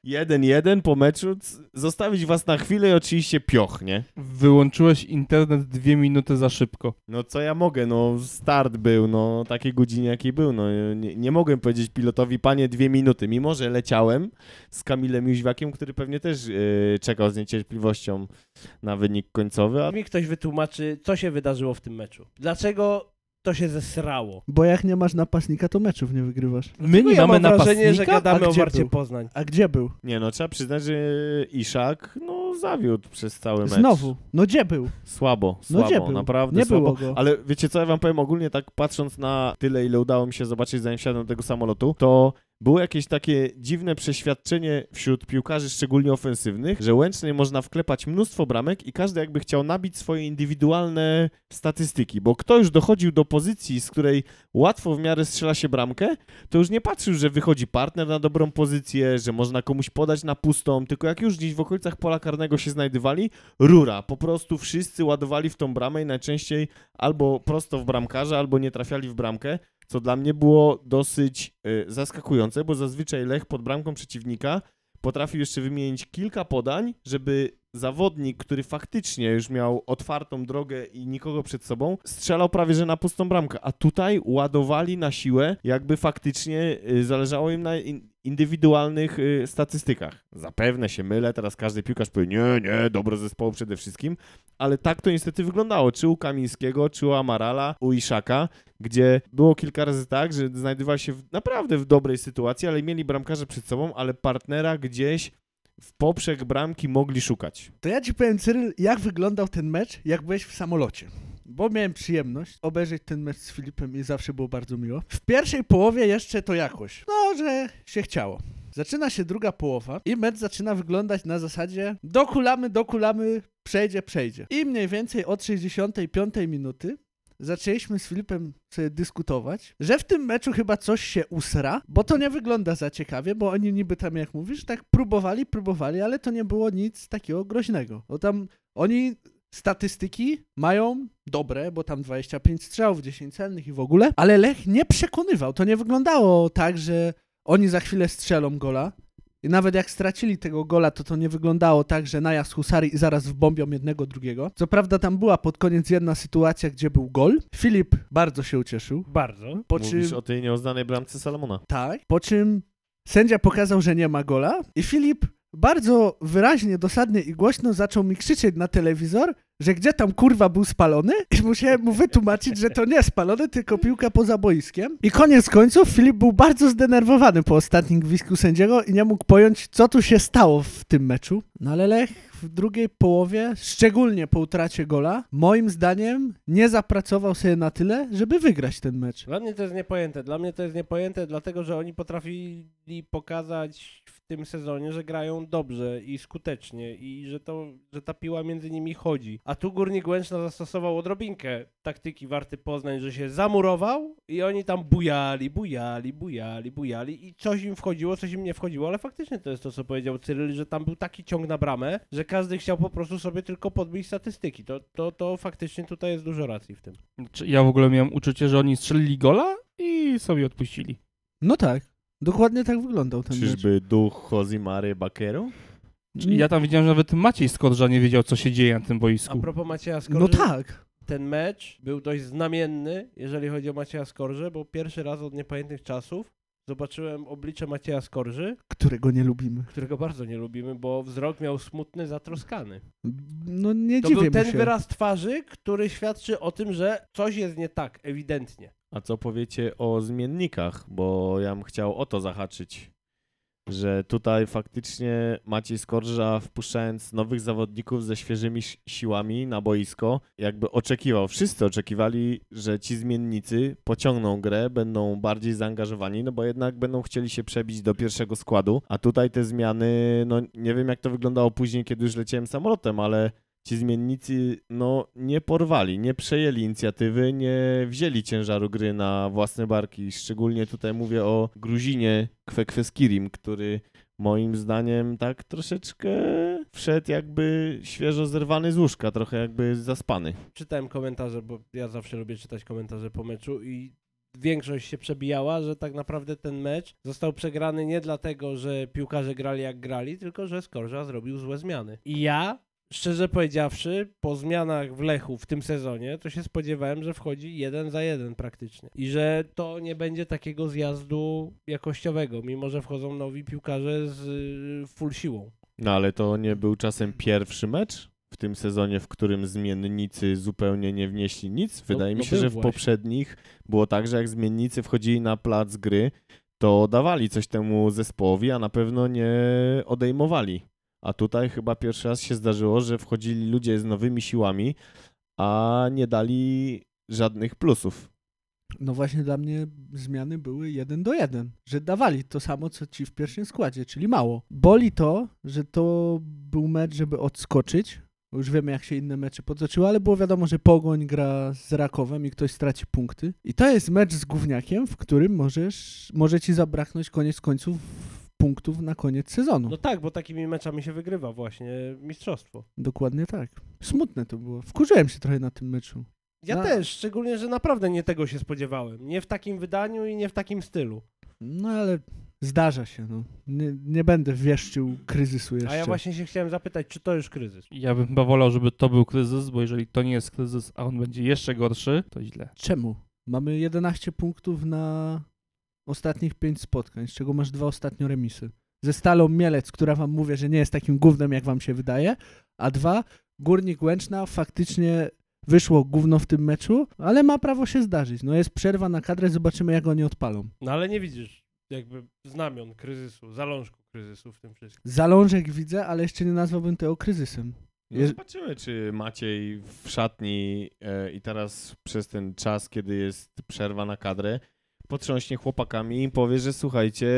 1-1 po meczu, zostawić was na chwilę i oczywiście pioch, nie? Wyłączyłeś internet 2 minuty za szybko. No co ja mogę, no start był, no takiej godzinie jaki był, no nie mogłem powiedzieć pilotowi, panie 2 minuty, mimo że leciałem z Kamilem Jóźwiakiem, który pewnie też czekał z niecierpliwością na wynik końcowy, a Mi ktoś wytłumaczy, co się wydarzyło w tym meczu. Dlaczego to się zesrało? Bo jak nie masz napastnika, to meczów nie wygrywasz. My nie ja mamy mam wrażenie, że napastnika? gadamy A o gdzie Warcie był? Poznań. A gdzie był? nie no, trzeba przyznać, że Iszak, no zawiódł przez cały mecz. Znowu. No gdzie był? Słabo, No gdzie słabo, był? naprawdę Nie słabo. było go. Ale wiecie co, ja wam powiem ogólnie tak patrząc na tyle, ile udało mi się zobaczyć zanim wsiadłem do tego samolotu, to było jakieś takie dziwne przeświadczenie wśród piłkarzy, szczególnie ofensywnych, że Łęcznej można wklepać mnóstwo bramek i każdy jakby chciał nabić swoje indywidualne statystyki, bo kto już dochodził do pozycji, z której łatwo w miarę strzela się bramkę, to już nie patrzył, że wychodzi partner na dobrą pozycję, że można komuś podać na pustą, tylko jak już gdzieś w okolicach pola karnego się znajdowali, rura, po prostu wszyscy ładowali w tą bramę i najczęściej albo prosto w bramkarza, albo nie trafiali w bramkę, co dla mnie było dosyć zaskakujące, bo zazwyczaj Lech pod bramką przeciwnika potrafił jeszcze wymienić kilka podań, żeby zawodnik, który faktycznie już miał otwartą drogę i nikogo przed sobą, strzelał prawie że na pustą bramkę, a tutaj ładowali na siłę, jakby faktycznie zależało im na indywidualnych statystykach. Zapewne się mylę, teraz każdy piłkarz powie, nie, dobro zespołu przede wszystkim, ale tak to niestety wyglądało, czy u Kamińskiego, czy u Amarala, u Iszaka, gdzie było kilka razy tak, że znajdowali się naprawdę w dobrej sytuacji, ale mieli bramkarza przed sobą, ale partnera gdzieś w poprzek bramki mogli szukać. To ja ci powiem, Cyryl, jak wyglądał ten mecz, jak byłeś w samolocie. Bo miałem przyjemność obejrzeć ten mecz z Filipem i zawsze było bardzo miło. W pierwszej połowie jeszcze to jakoś. No, że się chciało. Zaczyna się druga połowa i mecz zaczyna wyglądać na zasadzie dokulamy, przejdzie. I mniej więcej od 65 minuty zaczęliśmy z Filipem sobie dyskutować, że w tym meczu chyba coś się usra, bo to nie wygląda za ciekawie, bo oni niby tam, jak mówisz, tak próbowali, ale to nie było nic takiego groźnego. Bo tam oni statystyki mają dobre, bo tam 25 strzałów, 10 celnych i w ogóle, ale Lech nie przekonywał. To nie wyglądało tak, że oni za chwilę strzelą gola. I nawet jak stracili tego gola, to nie wyglądało tak, że najazd Husari i zaraz wbombią jednego, drugiego. Co prawda tam była pod koniec jedna sytuacja, gdzie był gol. Filip bardzo się ucieszył. Bardzo. Po Mówisz czym, o tej nieuznanej bramce Salomona. tak, po czym sędzia pokazał, że nie ma gola i Filip bardzo wyraźnie, dosadnie i głośno zaczął mi krzyczeć na telewizor, że gdzie tam kurwa był spalony i musiałem mu wytłumaczyć, że to nie spalony, tylko piłka poza boiskiem. I koniec końców Filip był bardzo zdenerwowany po ostatnim gwizdku sędziego i nie mógł pojąć, co tu się stało w tym meczu. No ale Lech w drugiej połowie, szczególnie po utracie gola, moim zdaniem nie zapracował sobie na tyle, żeby wygrać ten mecz. Dla mnie to jest niepojęte. Dla mnie to jest niepojęte, dlatego że oni potrafili pokazać w tym sezonie, że grają dobrze i skutecznie i że ta piła między nimi chodzi. A tu Górnik Łęczna zastosował odrobinkę taktyki Warty Poznań, że się zamurował i oni tam bujali i coś im wchodziło, coś im nie wchodziło, ale faktycznie to jest to, co powiedział Cyryl, że tam był taki ciąg na bramę, że każdy chciał po prostu sobie tylko podbić statystyki. To faktycznie tutaj jest dużo racji w tym. Ja w ogóle miałem uczucie, że oni strzelili gola i sobie odpuścili. No tak, dokładnie tak wyglądał ten mecz. Czyżby duch Josimary Bakero? Ja tam widziałem, że nawet Maciej Skorża nie wiedział, co się dzieje na tym A boisku. propos Macieja Skorży, No tak. ten mecz był dość znamienny, jeżeli chodzi o Macieja Skorżę, bo pierwszy raz od niepamiętnych czasów zobaczyłem oblicze Macieja Skorży, Którego nie lubimy. którego bardzo nie lubimy, bo wzrok miał smutny, zatroskany. No nie To dziwię był mu ten się. wyraz twarzy, który świadczy o tym, że coś jest nie tak, ewidentnie. A co powiecie o zmiennikach? Bo ja bym chciał o to zahaczyć, że tutaj faktycznie Maciej Skorża, wpuszczając nowych zawodników ze świeżymi siłami na boisko, jakby oczekiwał, wszyscy oczekiwali, że ci zmiennicy pociągną grę, będą bardziej zaangażowani, no bo jednak będą chcieli się przebić do pierwszego składu, a tutaj te zmiany, no nie wiem jak to wyglądało później, kiedy już leciałem samolotem, ale ci zmiennicy, no, nie porwali, nie przejęli inicjatywy, nie wzięli ciężaru gry na własne barki. Szczególnie tutaj mówię o Gruzinie Kwekweskirim, który moim zdaniem tak troszeczkę wszedł jakby świeżo zerwany z łóżka, trochę jakby zaspany. Czytałem komentarze, bo ja zawsze lubię czytać komentarze po meczu i większość się przebijała, że tak naprawdę ten mecz został przegrany nie dlatego, że piłkarze grali jak grali, tylko że Skorża zrobił złe zmiany. I ja, szczerze powiedziawszy, po zmianach w Lechu w tym sezonie, to się spodziewałem, że wchodzi 1 za 1 praktycznie. I że to nie będzie takiego zjazdu jakościowego, mimo że wchodzą nowi piłkarze z full siłą. No ale to nie był czasem pierwszy mecz w tym sezonie, w którym zmiennicy zupełnie nie wnieśli nic. Wydaje mi się, był że w właśnie. poprzednich było tak, że jak zmiennicy wchodzili na plac gry, to dawali coś temu zespołowi, a na pewno nie odejmowali. A tutaj chyba pierwszy raz się zdarzyło, że wchodzili ludzie z nowymi siłami, a nie dali żadnych plusów. No właśnie dla mnie zmiany były 1 do 1, że dawali to samo, co ci w pierwszym składzie, czyli mało. Boli to, że to był mecz, żeby odskoczyć. Bo już wiemy, jak się inne mecze potoczyły, ale było wiadomo, że Pogoń gra z Rakowem i ktoś straci punkty. I to jest mecz z Gówniakiem, w którym może ci zabraknąć koniec końców punktów na koniec sezonu. No tak, bo takimi meczami się wygrywa właśnie mistrzostwo. Dokładnie tak. Smutne to było. Wkurzyłem się trochę na tym meczu. Ja No. też, szczególnie, że naprawdę nie tego się spodziewałem. Nie w takim wydaniu i nie w takim stylu. No ale zdarza się, no. Nie będę wieszczył kryzysu jeszcze. A ja właśnie się chciałem zapytać, czy to już kryzys? Ja bym chyba wolał, żeby to był kryzys, bo jeżeli to nie jest kryzys, a on będzie jeszcze gorszy, to źle. Czemu? Mamy 11 punktów na ostatnich 5 spotkań, z czego masz 2 ostatnio remisy. Ze Stalą Mielec, która wam mówię, że nie jest takim gównem, jak wam się wydaje, a 2, Górnik Łęczna, faktycznie wyszło gówno w tym meczu, ale ma prawo się zdarzyć. No jest przerwa na kadrę, zobaczymy jak oni odpalą. No ale nie widzisz jakby znamion kryzysu, zalążku kryzysu w tym wszystkim. Zalążek widzę, ale jeszcze nie nazwałbym tego kryzysem. No zobaczymy, czy Maciej w szatni i teraz przez ten czas, kiedy jest przerwa na kadrę, potrząśnie chłopakami i powie, że słuchajcie,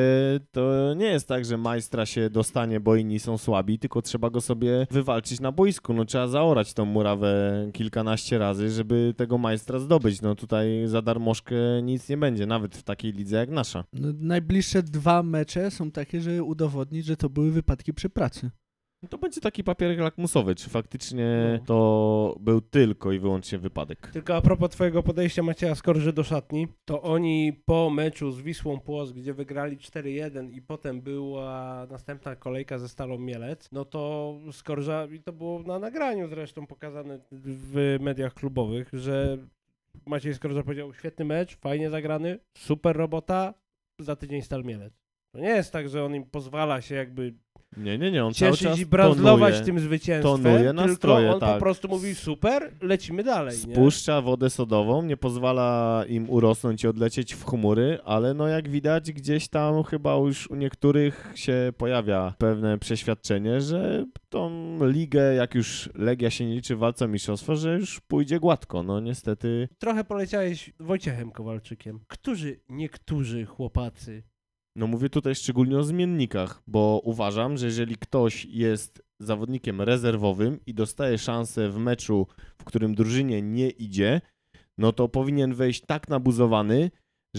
to nie jest tak, że majstra się dostanie, bo inni są słabi, tylko trzeba go sobie wywalczyć na boisku. No trzeba zaorać tą murawę kilkanaście razy, żeby tego majstra zdobyć. No tutaj za darmożkę nic nie będzie, nawet w takiej lidze jak nasza. No, najbliższe 2 mecze są takie, że udowodnić, że to były wypadki przy pracy. To będzie taki papierek lakmusowy, czy faktycznie No. to był tylko i wyłącznie wypadek. Tylko a propos twojego podejścia Macieja Skorży do szatni, to oni po meczu z Wisłą Płock, gdzie wygrali 4-1 i potem była następna kolejka ze Stalą Mielec, no to Skorża, i to było na nagraniu zresztą pokazane w mediach klubowych, że Maciej Skorża powiedział: świetny mecz, fajnie zagrany, super robota, za tydzień Stal Mielec. To nie jest tak, że on im pozwala się jakby Nie, on cały cieszyć czas i brandzlować tonuje. tym zwycięstwem, tonuje nastroje, tylko on tak. po prostu mówi: super, lecimy dalej. Nie? Spuszcza wodę sodową, nie pozwala im urosnąć i odlecieć w chmury, ale no jak widać gdzieś tam chyba już u niektórych się pojawia pewne przeświadczenie, że tą ligę, jak już Legia się nie liczy w walce o mistrzostwo, że już pójdzie gładko. No niestety Trochę poleciałeś Wojciechem Kowalczykiem. Niektórzy chłopacy. no mówię tutaj szczególnie o zmiennikach, bo uważam, że jeżeli ktoś jest zawodnikiem rezerwowym i dostaje szansę w meczu, w którym drużynie nie idzie, no to powinien wejść tak nabuzowany,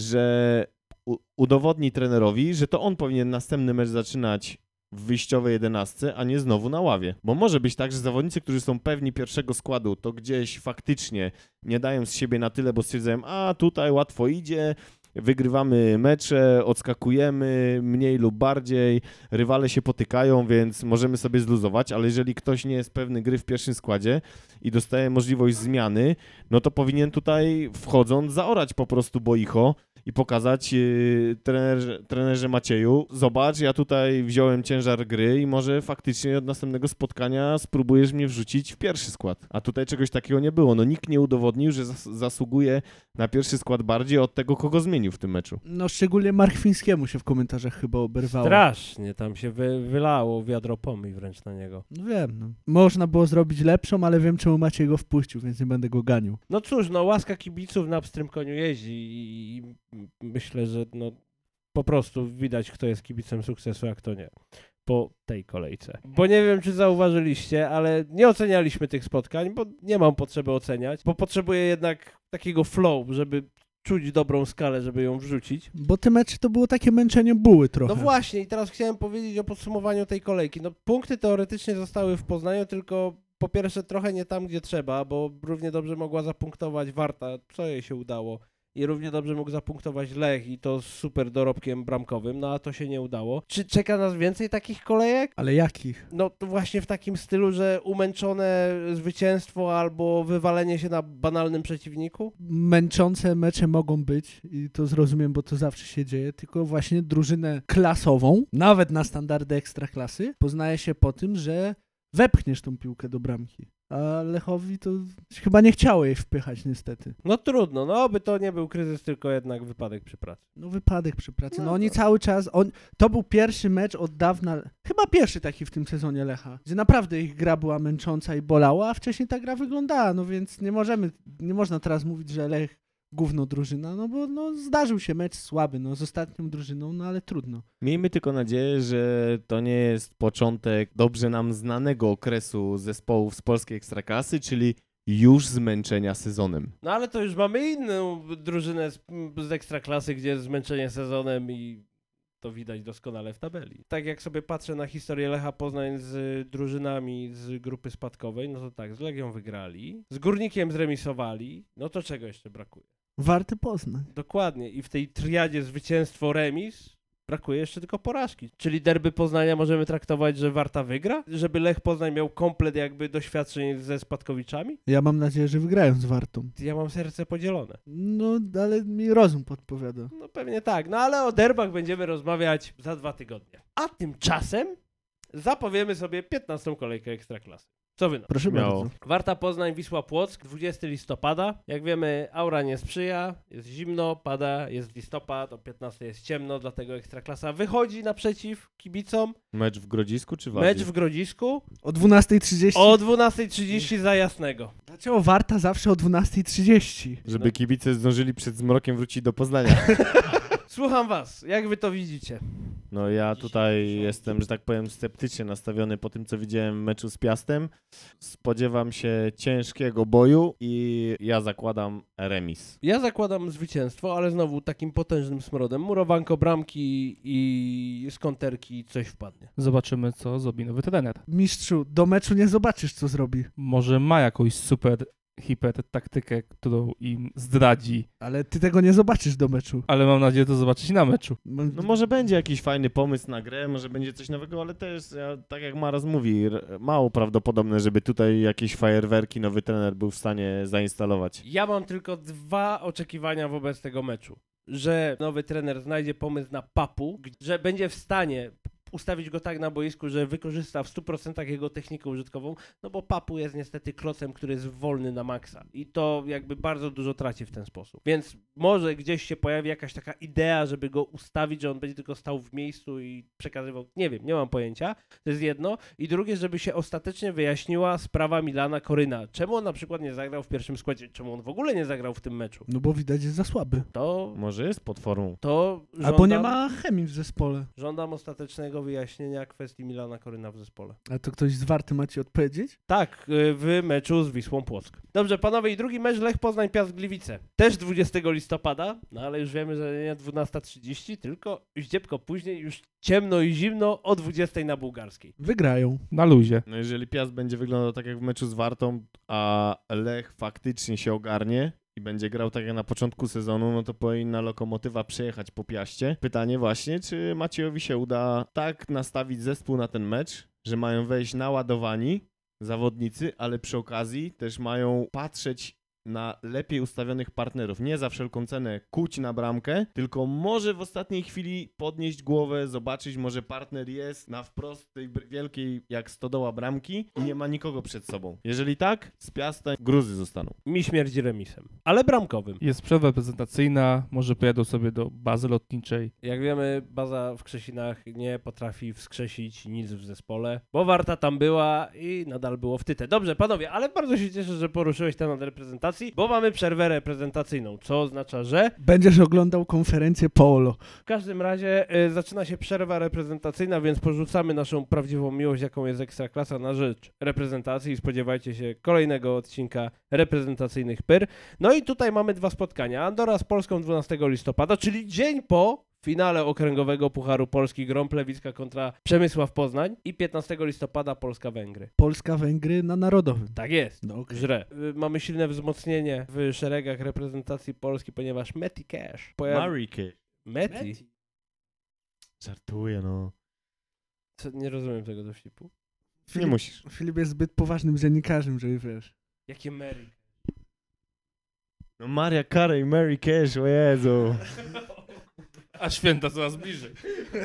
że udowodni trenerowi, że to on powinien następny mecz zaczynać w wyjściowej 11, a nie znowu na ławie. Bo może być tak, że zawodnicy, którzy są pewni pierwszego składu, to gdzieś faktycznie nie dają z siebie na tyle, bo stwierdzają: a tutaj łatwo idzie, wygrywamy mecze, odskakujemy mniej lub bardziej, rywale się potykają, więc możemy sobie zluzować, ale jeżeli ktoś nie jest pewny gry w pierwszym składzie i dostaje możliwość zmiany, no to powinien tutaj wchodząc zaorać po prostu boicho i pokazać trenerze Macieju: zobacz, ja tutaj wziąłem ciężar gry i może faktycznie od następnego spotkania spróbujesz mnie wrzucić w pierwszy skład. A tutaj czegoś takiego nie było. No nikt nie udowodnił, że zasługuje na pierwszy skład bardziej od tego, kogo zmienił w tym meczu. No szczególnie Markwińskiemu się w komentarzach chyba oberwało. Strasznie tam się wylało wiadro pomyj wręcz na niego. No wiem, no. Można było zrobić lepszą, ale wiem, czemu Maciej go wpuścił, więc nie będę go ganił. No cóż, no łaska kibiców na pstrym koniu jeździ i myślę, że no po prostu widać, kto jest kibicem sukcesu, a kto nie. Po tej kolejce. Bo nie wiem, czy zauważyliście, ale nie ocenialiśmy tych spotkań, bo nie mam potrzeby oceniać, bo potrzebuję jednak takiego flow, żeby czuć dobrą skalę, żeby ją wrzucić. Bo te mecze to było takie męczenie buły trochę. No właśnie, i teraz chciałem powiedzieć o podsumowaniu tej kolejki. No punkty teoretycznie zostały w Poznaniu, tylko po pierwsze trochę nie tam, gdzie trzeba, bo równie dobrze mogła zapunktować Warta, co jej się udało. I równie dobrze mógł zapunktować Lech i to z super dorobkiem bramkowym, no a to się nie udało. Czy czeka nas więcej takich kolejek? Ale jakich? No to właśnie w takim stylu, że umęczone zwycięstwo albo wywalenie się na banalnym przeciwniku? Męczące mecze mogą być i to zrozumiem, bo to zawsze się dzieje, tylko właśnie drużynę klasową, nawet na standardy ekstraklasy, poznaje się po tym, że wepchniesz tą piłkę do bramki. A Lechowi to chyba nie chciało jej wpychać niestety. No trudno, no by to nie był kryzys, tylko jednak wypadek przy pracy. No wypadek przy pracy. No No oni to- cały czas, to był pierwszy mecz od dawna, chyba pierwszy taki w tym sezonie Lecha, gdzie naprawdę ich gra była męcząca i bolała, a wcześniej ta gra wyglądała, no więc nie można teraz mówić, że Lech gówno drużyna, no bo no, zdarzył się mecz słaby, no z ostatnią drużyną, no ale trudno. Miejmy tylko nadzieję, że to nie jest początek dobrze nam znanego okresu zespołów z polskiej ekstraklasy, czyli już zmęczenia sezonem. No ale to już mamy inną drużynę z Ekstraklasy, gdzie jest zmęczenie sezonem i to widać doskonale w tabeli. Tak jak sobie patrzę na historię Lecha Poznań z drużynami z grupy spadkowej, no to tak, z Legią wygrali, z Górnikiem zremisowali, no to czego jeszcze brakuje? Warty Poznań. Dokładnie i w tej triadzie zwycięstwo, remis brakuje jeszcze tylko porażki. Czyli derby Poznania możemy traktować, że Warta wygra? Żeby Lech Poznań miał komplet jakby doświadczeń ze spadkowiczami? Ja mam nadzieję, że wygrają z Wartą. Ja mam serce podzielone. No, ale mi rozum podpowiada. No pewnie tak, no ale o derbach będziemy rozmawiać za 2 tygodnie. A tymczasem zapowiemy sobie 15. kolejkę Ekstraklasy. Co wy na to? Proszę Śmiało. bardzo. Warta Poznań, Wisła Płock, 20 listopada. Jak wiemy, aura nie sprzyja, jest zimno, pada, jest listopad, o 15 jest ciemno, dlatego Ekstraklasa wychodzi naprzeciw kibicom. Mecz w Grodzisku czy Wadzi? Mecz w Grodzisku O 12:30. o 12:30 za Jasnego. Dlaczego Warta zawsze o 12:30? Żeby kibice zdążyli przed zmrokiem wrócić do Poznania. Słucham was, jak wy to widzicie? No ja tutaj jestem, że tak powiem, sceptycznie nastawiony po tym, co widziałem w meczu z Piastem. Spodziewam się ciężkiego boju i ja zakładam remis. Ja zakładam zwycięstwo, ale znowu takim potężnym smrodem. Murowanko, bramki i z konterki coś wpadnie. Zobaczymy, co zrobi nowy trener. Mistrzu, do meczu nie zobaczysz, co zrobi. Może ma jakąś super hiper taktykę, którą im zdradzi, Ale ty tego nie zobaczysz do meczu. ale mam nadzieję to zobaczyć na meczu. No może będzie jakiś fajny pomysł na grę, może będzie coś nowego, ale też, tak jak Maraz mówi, mało prawdopodobne, żeby tutaj jakieś fajerwerki nowy trener był w stanie zainstalować. Ja mam tylko 2 oczekiwania wobec tego meczu. Że nowy trener znajdzie pomysł na Papu, że będzie w stanie ustawić go tak na boisku, że wykorzysta w 100% jego technikę użytkową, no bo Papu jest niestety klocem, który jest wolny na maksa i to jakby bardzo dużo traci w ten sposób. Więc może gdzieś się pojawi jakaś taka idea, żeby go ustawić, że on będzie tylko stał w miejscu i przekazywał, nie wiem, nie mam pojęcia, to jest jedno. I drugie, żeby się ostatecznie wyjaśniła sprawa Milana Koryna. Czemu on na przykład nie zagrał w pierwszym składzie, czemu on w ogóle nie zagrał w tym meczu? No bo widać, jest za słaby. Może jest pod formą. To Albo nie ma chemii w zespole. Żądam ostatecznego wyjaśnienia kwestii Milana Koryna w zespole. A to ktoś z Warty ma ci odpowiedzieć? Tak, w meczu z Wisłą Płock. Dobrze, panowie, i drugi mecz Lech Poznań Piast Gliwice. Też 20 listopada, no ale już wiemy, że nie 12:30, tylko ździebko później, już ciemno i zimno o 20 na Bułgarskiej. Wygrają. Na luzie. No jeżeli Piast będzie wyglądał tak jak w meczu z Wartą, a Lech faktycznie się ogarnie i będzie grał tak jak na początku sezonu, no to powinna Lokomotywa przejechać po Piaście. Pytanie właśnie, czy Maciejowi się uda tak nastawić zespół na ten mecz, że mają wejść naładowani zawodnicy, ale przy okazji też mają patrzeć na lepiej ustawionych partnerów. Nie za wszelką cenę kuć na bramkę, tylko może w ostatniej chwili podnieść głowę, zobaczyć, może partner jest na wprost tej wielkiej jak stodoła bramki i nie ma nikogo przed sobą. Jeżeli tak, z Piasta Gruzy zostaną. Mi śmierdzi remisem, ale bramkowym. Jest przerwa reprezentacyjna, może pojadą sobie do bazy lotniczej. Jak wiemy, baza w Krzesinach nie potrafi wskrzesić nic w zespole, bo Warta tam była i nadal było wtyte. Dobrze, panowie, ale bardzo się cieszę, że poruszyłeś temat reprezentacji, bo mamy przerwę reprezentacyjną, co oznacza, że Będziesz oglądał konferencję Polo. w każdym razie zaczyna się przerwa reprezentacyjna, więc porzucamy naszą prawdziwą miłość, jaką jest Ekstraklasa, na rzecz reprezentacji i spodziewajcie się kolejnego odcinka reprezentacyjnych pyr. No i tutaj mamy 2 spotkania. Andora z Polską 12 listopada, czyli dzień po finale okręgowego Pucharu Polski Grom Plewicka kontra Przemysław Poznań i 15 listopada Polska-Węgry. Polska-Węgry na Narodowym. Tak jest. No, okej. Źle. Mamy silne wzmocnienie w szeregach reprezentacji Polski, ponieważ Matty Cash Marike. Matty? Żartuję, no. Co, nie rozumiem tego dowcipu. Nie musisz. Filip jest zbyt poważnym dziennikarzem, żeby wiesz. Jakie Mary? No Maria Carey, Mary Cash, o Jezu. A święta coraz bliżej.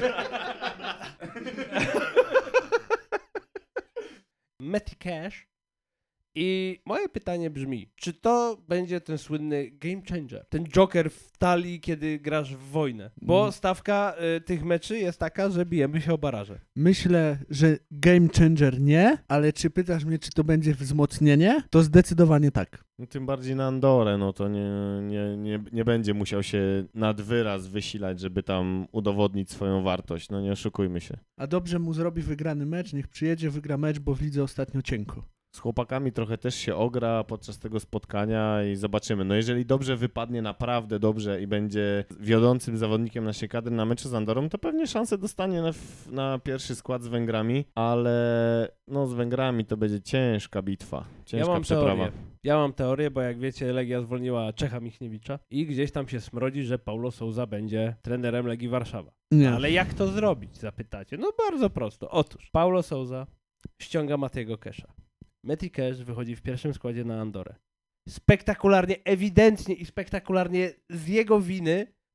Matty Cash. I moje pytanie brzmi, czy to będzie ten słynny game changer? Ten joker w talii, kiedy grasz w wojnę? Bo stawka tych meczy jest taka, że bijemy się o baraże. Myślę, że game changer nie, ale czy pytasz mnie, czy to będzie wzmocnienie, to zdecydowanie tak. No, tym bardziej na Andorę, no to nie będzie musiał się nad wyraz wysilać, żeby tam udowodnić swoją wartość, no nie oszukujmy się. A dobrze mu zrobi wygrany mecz, niech przyjedzie, wygra mecz, bo w lidze ostatnio cienko. Z chłopakami trochę też się ogra podczas tego spotkania i zobaczymy. No jeżeli dobrze wypadnie, naprawdę dobrze i będzie wiodącym zawodnikiem naszej kadry na meczu z Andorą, to pewnie szansę dostanie na pierwszy skład z Węgrami, ale no z Węgrami to będzie ciężka bitwa, ciężka przeprawa. Ja mam teorię, bo jak wiecie, Legia zwolniła Czecha Michniewicza i gdzieś tam się smrodzi, że Paulo Sousa będzie trenerem Legii Warszawa. Nie. Ale jak to zrobić, zapytacie? No bardzo prosto. Otóż Paulo Sousa ściąga Mattiego Casha. Matty Cash wychodzi w pierwszym składzie na Andorę. Spektakularnie, ewidentnie i spektakularnie z jego winy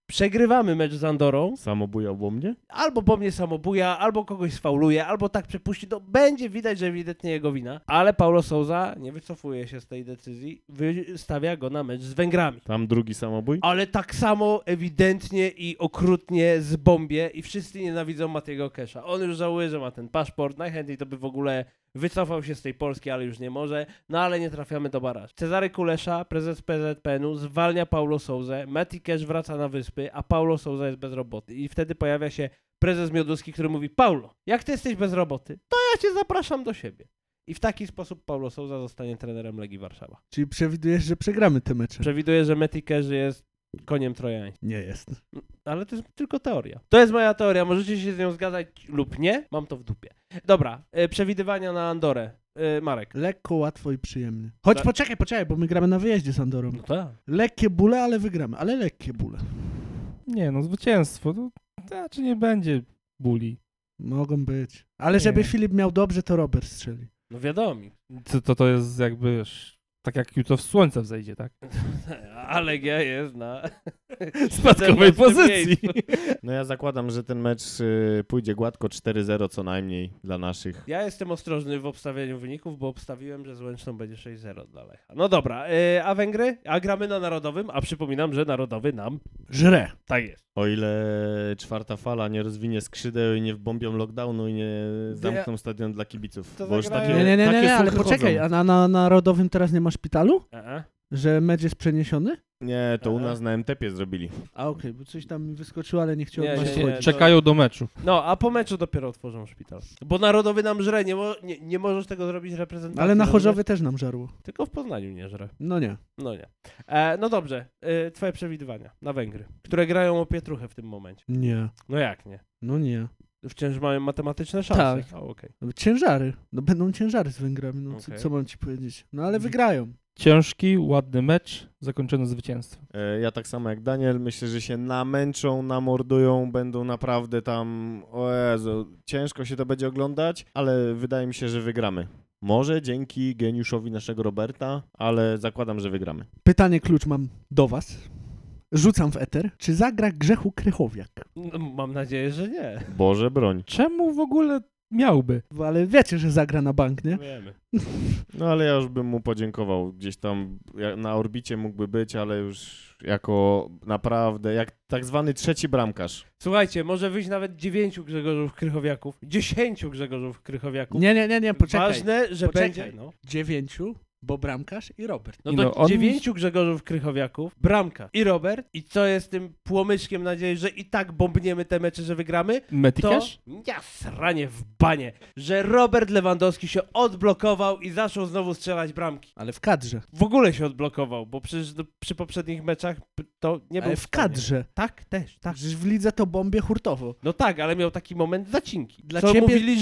przegrywamy mecz z Andorą, Samobuja obok mnie? albo po mnie samobuja, albo kogoś sfauluje, albo tak przepuści, to będzie widać, że ewidentnie jego wina. Ale Paulo Sousa nie wycofuje się z tej decyzji, wystawia go na mecz z Węgrami. Tam drugi samobój? Ale tak samo ewidentnie i okrutnie z bombie i wszyscy nienawidzą Matiego Kesha. On już żałuje, że ma ten paszport, najchętniej to by w ogóle wycofał się z tej Polski, ale już nie może, no ale nie trafiamy do barażu. Cezary Kulesza, prezes PZPN-u, zwalnia Paulo Sousę, Mati Cash wraca na wyspy, a Paulo Sousa jest bez roboty. I wtedy pojawia się prezes Mioduski, który mówi: Paulo, jak ty jesteś bez roboty, to ja cię zapraszam do siebie. I w taki sposób Paulo Sousa zostanie trenerem Legii Warszawa. Czyli przewidujesz, że przegramy te mecze? Przewiduję, że Mati Cash jest koniem trojańskim. Nie jest. Ale to jest tylko teoria. To jest moja teoria, możecie się z nią zgadzać lub nie, mam to w dupie. Dobra, przewidywania na Andorę. Marek. Lekko, łatwo i przyjemnie. Choć Tak. poczekaj, bo my gramy na wyjeździe z Andorą. No tak. Lekkie bóle, ale wygramy. Ale lekkie bóle. Nie, no zwycięstwo, to znaczy nie będzie bóli. Mogą być. Ale Nie. żeby Filip miał dobrze, to Robert strzeli. No wiadomo. To jest jakby, wiesz, tak jak jutro w słońce wzejdzie, tak? A Legia jest na Spadkowej 17 pozycji. miejscu. No ja zakładam, że ten mecz pójdzie gładko 4-0 co najmniej dla naszych. Ja jestem ostrożny w obstawianiu wyników, bo obstawiłem, że z Łęczną będzie 6-0 dla Lecha. No dobra, a Węgry? A gramy na Narodowym, a przypominam, że Narodowy nam... Żre. Tak jest. O ile czwarta fala nie rozwinie skrzydeł i nie wbombią lockdownu i nie zamkną stadion dla kibiców. To Bo już zagrają- takie, Nie, takie ale słuchy poczekaj, chodzą. a na Narodowym teraz nie ma szpitalu? A-a. Że mecz jest przeniesiony? Nie, to u Aha. nas na MTP zrobili. A okej, bo coś tam mi wyskoczyło, ale nie chciałem Nie, was nie, nie. wchodzić. Czekają do meczu. No, a po meczu dopiero otworzą szpital. Bo Narodowy nam żre, nie możesz tego zrobić reprezentacji. Ale na rozumiesz? Chorzowy też nam żarło. Tylko w Poznaniu nie żre. No nie. No nie. No dobrze, twoje przewidywania na Węgry, które grają o pietruchę w tym momencie. Nie. No jak nie? No nie. Wciąż mają matematyczne szanse. Tak. O, okej. No, ciężary. No będą ciężary z Węgrami, no Okej. co mam ci powiedzieć. No ale wygrają. Ciężki, ładny mecz, zakończony zwycięstwem. Ja tak samo jak Daniel, myślę, że się namęczą, namordują, będą naprawdę tam, o Jezu, ciężko się to będzie oglądać, ale wydaje mi się, że wygramy. Może dzięki geniuszowi naszego Roberta, ale zakładam, że wygramy. Pytanie klucz mam do was. Rzucam w eter. Czy zagra Grzechu Krychowiak? No, mam nadzieję, że nie. Boże broń. Czemu w ogóle miałby? Ale wiecie, że zagra na bank, nie? Wiemy. No ale ja już bym mu podziękował. Gdzieś tam na orbicie mógłby być, ale już jako naprawdę, jak tak zwany trzeci bramkarz. Słuchajcie, może wyjść nawet 9 Grzegorzów Krychowiaków, 10 Grzegorzów Krychowiaków. Nie, poczekaj. Ważne, że Poczekaj. będzie... No. 9, bo bramkarz i Robert. No I to no, on- 9 Grzegorzów Krychowiaków, bramka i Robert. I co jest tym płomyczkiem nadziei, że i tak bombniemy te mecze, że wygramy? To Metikasz? ja sranie w banie, że Robert Lewandowski się odblokował i zaczął znowu strzelać bramki. Ale w kadrze. W ogóle się odblokował, bo przecież przy poprzednich meczach to nie był Ale w w stanie. kadrze. Tak, też, tak. Przecież w lidze to bombie hurtowo. No tak, ale miał taki moment zacinki. Dla Co ciebie- mówili,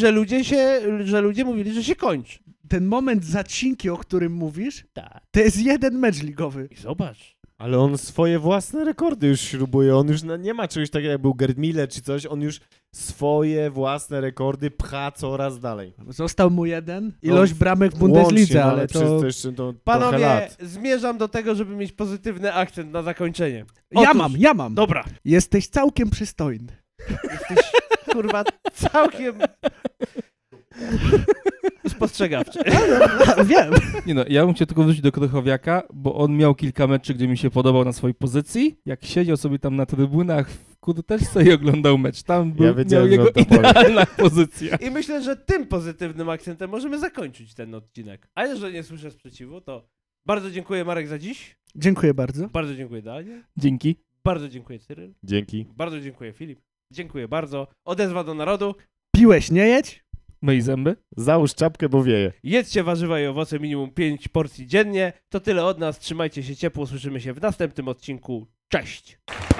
że ludzie mówili, że się kończy. Ten moment zacinki, o którym mówisz, Tak. to jest jeden mecz ligowy. I zobacz. Ale on swoje własne rekordy już śrubuje. On już nie ma czegoś takiego jak był Gerd Miller czy coś. On już swoje własne rekordy pcha coraz dalej. Został mu jeden. Ilość No, bramek w Łącznie, Bundeslidze, no, ale przez to... to jeszcze to trochę Panowie, lat. zmierzam do tego, żeby mieć pozytywny akcent na zakończenie. Ja mam. Dobra. Jesteś całkiem przystojny. Jesteś, kurwa, całkiem spostrzegawczy. Wiem. Nie no, ja bym chciał tylko wrócić do Krychowiaka, bo on miał kilka meczy, gdzie mi się podobał na swojej pozycji. Jak siedział sobie tam na trybunach w Kudeteczce i oglądał mecz, tam był, wiedziałem, miał że jego on to powie. idealna pozycja. I myślę, że tym pozytywnym akcentem możemy zakończyć ten odcinek. A jeżeli nie słyszę sprzeciwu, to bardzo dziękuję Marek za dziś. Dziękuję bardzo. Bardzo dziękuję Daniel. Dzięki. Bardzo dziękuję Cyryl. Dzięki. Bardzo dziękuję Filip. Dziękuję bardzo. Odezwa do narodu. Piłeś, nie jedź? Myj zęby. Załóż czapkę, bo wieje. Jedzcie warzywa i owoce minimum 5 porcji dziennie. To tyle od nas. Trzymajcie się ciepło. Słyszymy się w następnym odcinku. Cześć!